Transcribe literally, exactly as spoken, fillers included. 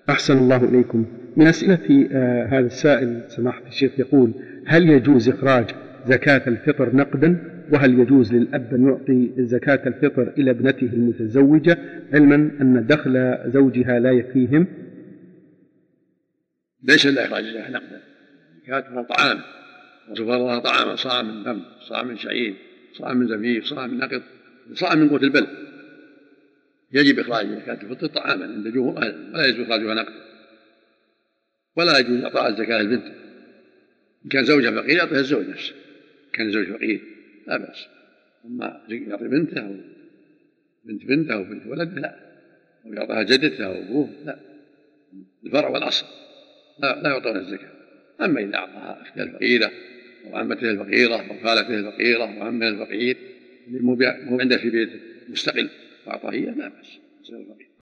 أحسن الله إليكم. من أسئلة آه هذا السائل سماحة الشيخ يقول: هل يجوز إخراج زكاة الفطر نقدا؟ وهل يجوز للأب أن يعطي زكاة الفطر إلى ابنته المتزوجة علما أن دخل زوجها لا يكفيهم؟ ليس لا إخراج زكاة نقدا، زكاتها طعام، وصفر الله طعاما صاع من تمر، صاع من شعير، صاع من زبيب، صاع من نقد، صاع من قوت البلد. يجب إخراج زكاة الفطر طعاما عند جمهور أهل العلم، ولا يجوز إخراجها نقدا، ولا يجوز إعطاء الزكاة للبنت. إن كان زوجها فقير يعطيها الزوج نفسه، كان زوج فقير لا بأس، أما يعطي بنته أو بنت بنته أو بنت ولده لا، أو يعطيها جدته أو أبوه لا، الفرع والأصل لا, لا يعطون الزكاة. أما إذا أعطاها أختها الفقيرة أو عمته الفقيرة أو خالته الفقيرة أو عمه الفقير مو عنده في بيته مستقل وأعطاه إياه لا بأس.